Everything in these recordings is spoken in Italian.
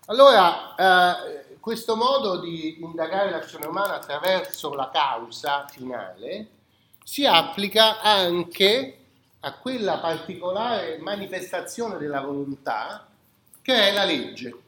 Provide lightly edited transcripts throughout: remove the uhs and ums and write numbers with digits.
Allora, questo modo di indagare l'azione umana attraverso la causa finale si applica anche a quella particolare manifestazione della volontà che è la legge.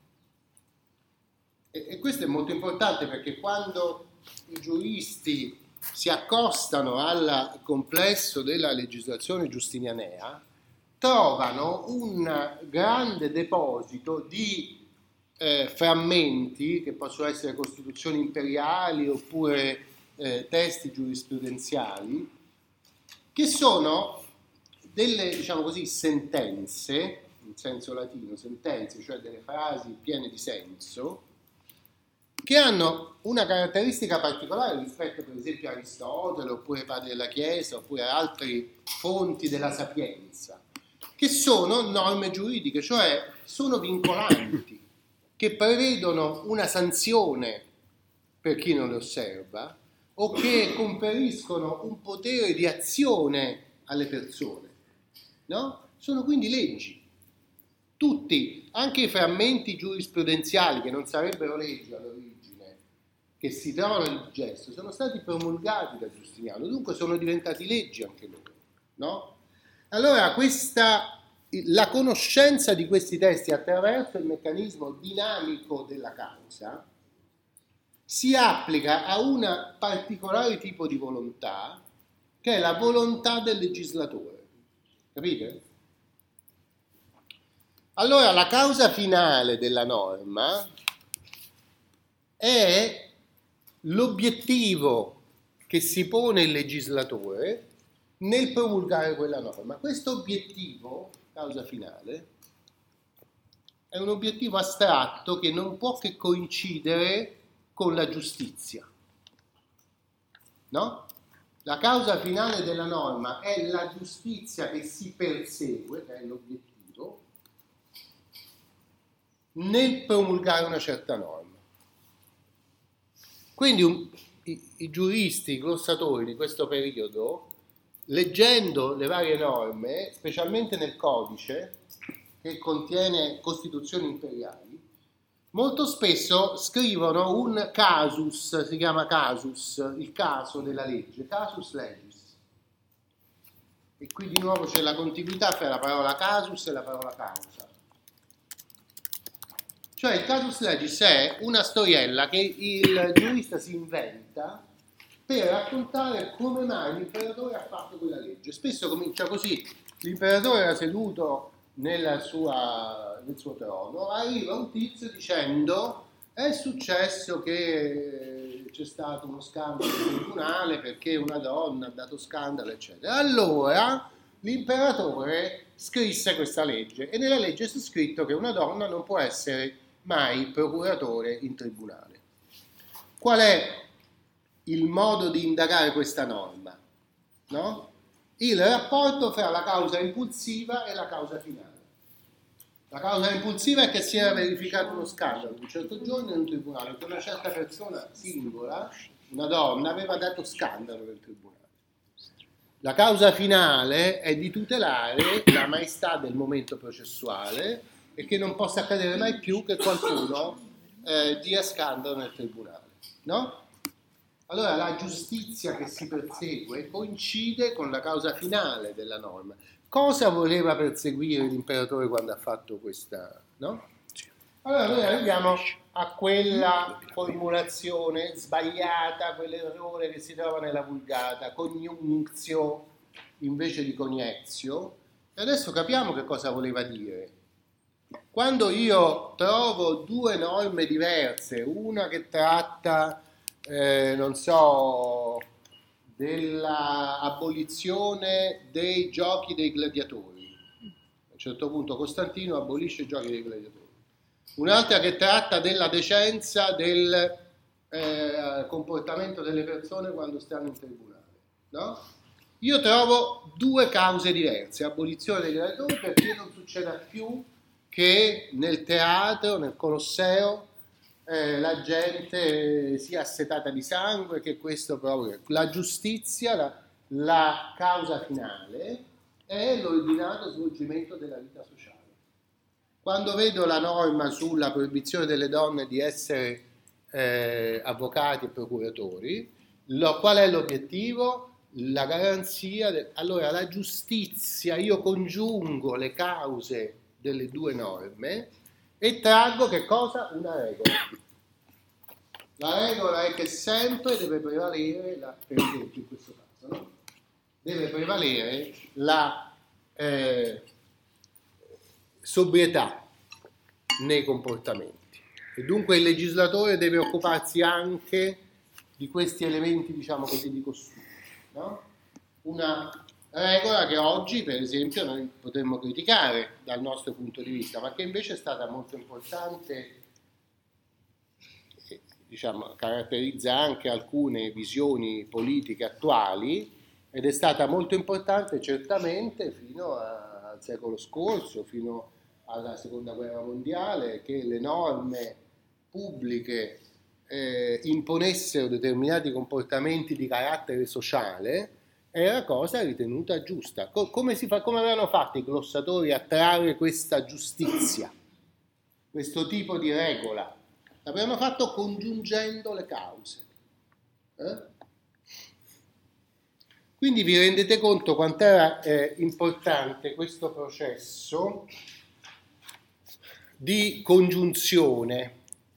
E questo è molto importante perché quando i giuristi si accostano al complesso della legislazione giustinianea, trovano un grande deposito di frammenti che possono essere costituzioni imperiali oppure testi giurisprudenziali, che sono delle, diciamo così, sentenze, in senso latino, sentenze, cioè delle frasi piene di senso, che hanno una caratteristica particolare rispetto per esempio a Aristotele oppure Padre della Chiesa oppure a altre fonti della sapienza, che sono norme giuridiche, cioè sono vincolanti, che prevedono una sanzione per chi non le osserva o che conferiscono un potere di azione alle persone, no? Sono quindi leggi. Tutti, anche i frammenti giurisprudenziali che non sarebbero leggi all'origine, che si trovano nel gesto, sono stati promulgati da Giustiniano, dunque sono diventati leggi anche loro, no? Allora la conoscenza di questi testi attraverso il meccanismo dinamico della causa si applica a un particolare tipo di volontà che è la volontà del legislatore, capite? Allora la causa finale della norma è l'obiettivo che si pone il legislatore nel promulgare quella norma. Questo obiettivo, causa finale, è un obiettivo astratto che non può che coincidere con la giustizia, no? La causa finale della norma è la giustizia che si persegue, che è l'obiettivo, nel promulgare una certa norma. Quindi i giuristi, i glossatori di questo periodo, leggendo le varie norme, specialmente nel codice, che contiene costituzioni imperiali, molto spesso scrivono un casus, si chiama casus, il caso della legge, casus legis. E qui di nuovo c'è la contiguità fra la parola casus e la parola causa. Cioè il casus legis è una storiella che il giurista si inventa per raccontare come mai l'imperatore ha fatto quella legge. Spesso comincia così: l'imperatore era seduto nel suo trono, arriva un tizio dicendo è successo che c'è stato uno scandalo in tribunale perché una donna ha dato scandalo, eccetera. Allora l'imperatore scrisse questa legge e nella legge c'è scritto che una donna non può essere mai procuratore in tribunale. Qual è il modo di indagare questa norma? No? Il rapporto fra la causa impulsiva e la causa finale. La causa impulsiva è che si era verificato uno scandalo un certo giorno in un tribunale, che una certa persona singola, una donna, aveva dato scandalo nel tribunale. La causa finale è di tutelare la maestà del momento processuale e che non possa accadere mai più che qualcuno dia scandalo nel tribunale, no? Allora la giustizia che si persegue coincide con la causa finale della norma. Cosa voleva perseguire l'imperatore quando ha fatto questa, no? Allora noi arriviamo a quella formulazione sbagliata, quell'errore che si trova nella Vulgata, coniunctio invece di coniezio, e adesso capiamo che cosa voleva dire. Quando io trovo due norme diverse, una che tratta, non so, della abolizione dei giochi dei gladiatori, a un certo punto Costantino abolisce i giochi dei gladiatori, un'altra che tratta della decenza del comportamento delle persone quando stanno in tribunale, no? Io trovo due cause diverse: abolizione dei gladiatori perché non succeda più che nel teatro, nel Colosseo, la gente sia assetata di sangue, che questo proprio la giustizia, la causa finale è l'ordinato svolgimento della vita sociale. Quando vedo la norma sulla proibizione delle donne di essere avvocati e procuratori, qual è l'obiettivo? La garanzia. Allora, la giustizia, io congiungo le cause delle due norme e traggo che cosa? Una regola. La regola è che sempre deve prevalere, per esempio in questo caso, no? Deve prevalere la sobrietà nei comportamenti, e dunque il legislatore deve occuparsi anche di questi elementi, diciamo così, di costume, no? Una regola che oggi, per esempio, noi potremmo criticare dal nostro punto di vista, ma che invece è stata molto importante, diciamo, caratterizza anche alcune visioni politiche attuali, ed è stata molto importante certamente fino al secolo scorso, fino alla seconda guerra mondiale, che le norme pubbliche imponessero determinati comportamenti di carattere sociale. Era cosa ritenuta giusta. Come avevano fatto i glossatori a trarre questa giustizia, questo tipo di regola? L'avevano fatto congiungendo le cause. Quindi vi rendete conto quanto era importante questo processo di congiunzione,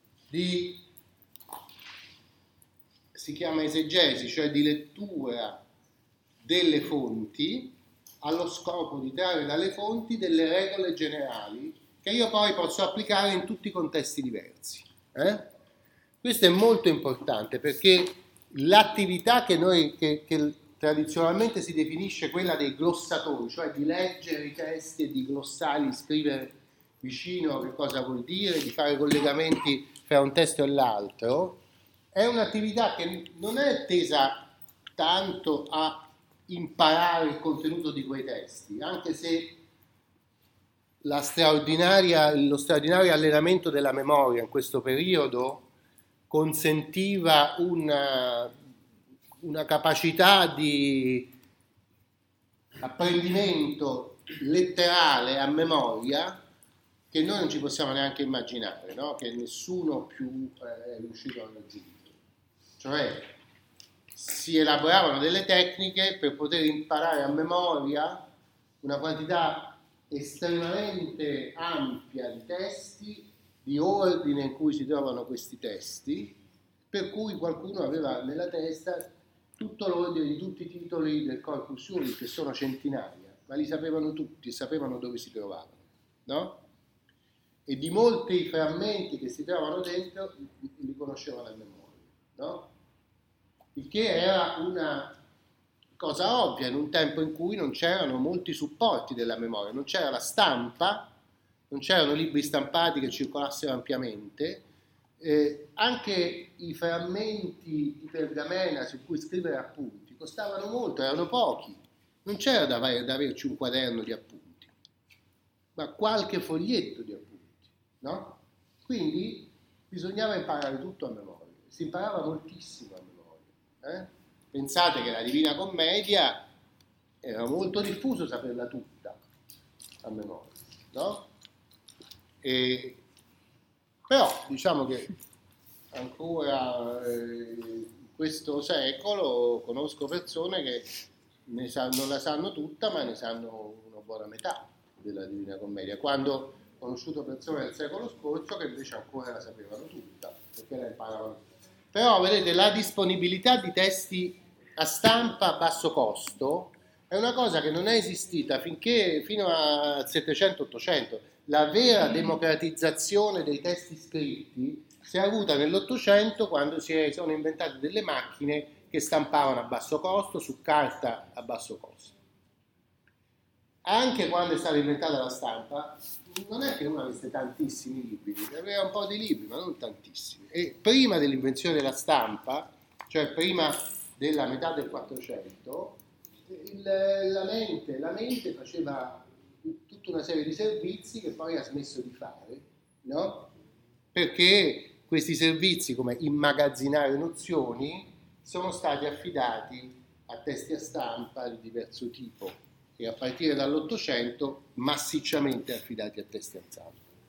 si chiama esegesi, cioè di lettura delle fonti allo scopo di trarre dalle fonti delle regole generali che io poi posso applicare in tutti i contesti diversi. Questo è molto importante, perché l'attività che tradizionalmente si definisce quella dei glossatori, cioè di leggere i testi e di glossarli, scrivere vicino che cosa vuol dire, di fare collegamenti fra un testo e l'altro, è un'attività che non è tesa tanto a imparare il contenuto di quei testi, anche se lo straordinario allenamento della memoria in questo periodo consentiva una capacità di apprendimento letterale a memoria che noi non ci possiamo neanche immaginare, no? Che nessuno più è riuscito a raggiungere. Cioè, si elaboravano delle tecniche per poter imparare a memoria una quantità estremamente ampia di testi, di ordine in cui si trovano questi testi, per cui qualcuno aveva nella testa tutto l'ordine di tutti i titoli del Corpus Juris, che sono centinaia, ma li sapevano tutti, sapevano dove si trovavano, no? E di molti frammenti che si trovano dentro li conoscevano a memoria, no? Il che era una cosa ovvia in un tempo in cui non c'erano molti supporti della memoria, non c'era la stampa, non c'erano libri stampati che circolassero ampiamente, anche i frammenti di pergamena su cui scrivere appunti costavano molto, erano pochi, non c'era da averci un quaderno di appunti, ma qualche foglietto di appunti, no? Quindi bisognava imparare tutto a memoria, si imparava moltissimo a memoria. Pensate che la Divina Commedia era molto diffuso saperla tutta a memoria, no? Però diciamo che ancora in questo secolo conosco persone che non la sanno tutta, ma ne sanno una buona metà della Divina Commedia, quando ho conosciuto persone del secolo scorso che invece ancora la sapevano tutta, perché la imparavano. Però vedete, la disponibilità di testi a stampa a basso costo è una cosa che non è esistita fino al 700-800. La vera democratizzazione dei testi scritti si è avuta nell'Ottocento, quando si sono inventate delle macchine che stampavano a basso costo, su carta a basso costo. Anche quando è stata inventata la stampa, non è che uno avesse tantissimi libri, aveva un po' di libri, ma non tantissimi. E prima dell'invenzione della stampa, cioè prima della metà del 400, la mente faceva tutta una serie di servizi che poi ha smesso di fare, no? Perché questi servizi, come immagazzinare nozioni, sono stati affidati a testi a stampa di diverso tipo, e a partire dall'Ottocento massicciamente affidati a testi a stampa.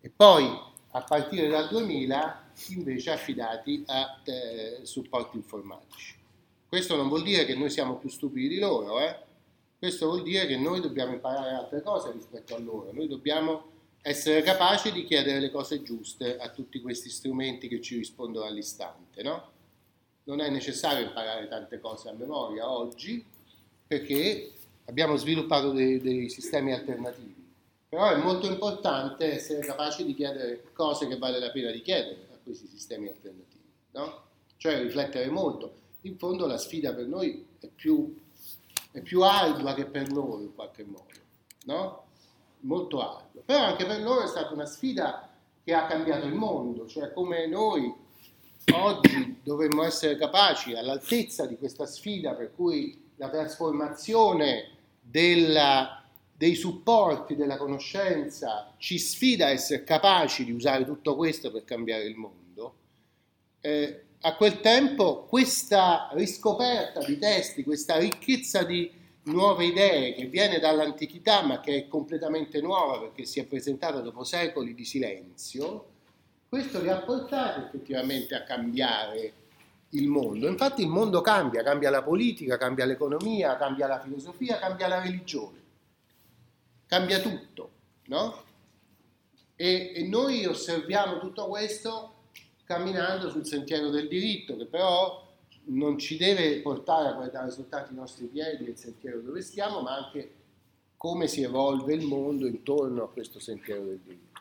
e poi a partire dal 2000 invece affidati a supporti informatici. Questo non vuol dire che noi siamo più stupidi di loro, questo vuol dire che noi dobbiamo imparare altre cose rispetto a loro, noi dobbiamo essere capaci di chiedere le cose giuste a tutti questi strumenti che ci rispondono all'istante, no? Non è necessario imparare tante cose a memoria oggi perché abbiamo sviluppato dei sistemi alternativi. Però è molto importante essere capaci di chiedere cose che vale la pena di chiedere a questi sistemi alternativi, no? Cioè riflettere molto. In fondo la sfida per noi è più ardua che per loro in qualche modo, no? Molto ardua. Però anche per loro è stata una sfida che ha cambiato il mondo, cioè come noi oggi dovremmo essere capaci all'altezza di questa sfida per cui la trasformazione dei supporti della conoscenza ci sfida a essere capaci di usare tutto questo per cambiare il mondo. A quel tempo questa riscoperta di testi, questa ricchezza di nuove idee che viene dall'antichità ma che è completamente nuova perché si è presentata dopo secoli di silenzio, questo li ha portati effettivamente a cambiare il mondo. Infatti il mondo cambia la politica, cambia l'economia, cambia la filosofia, cambia la religione, cambia tutto, no? E noi osserviamo tutto questo camminando sul sentiero del diritto, che però non ci deve portare a guardare soltanto i nostri piedi e il sentiero dove stiamo, ma anche come si evolve il mondo intorno a questo sentiero del diritto.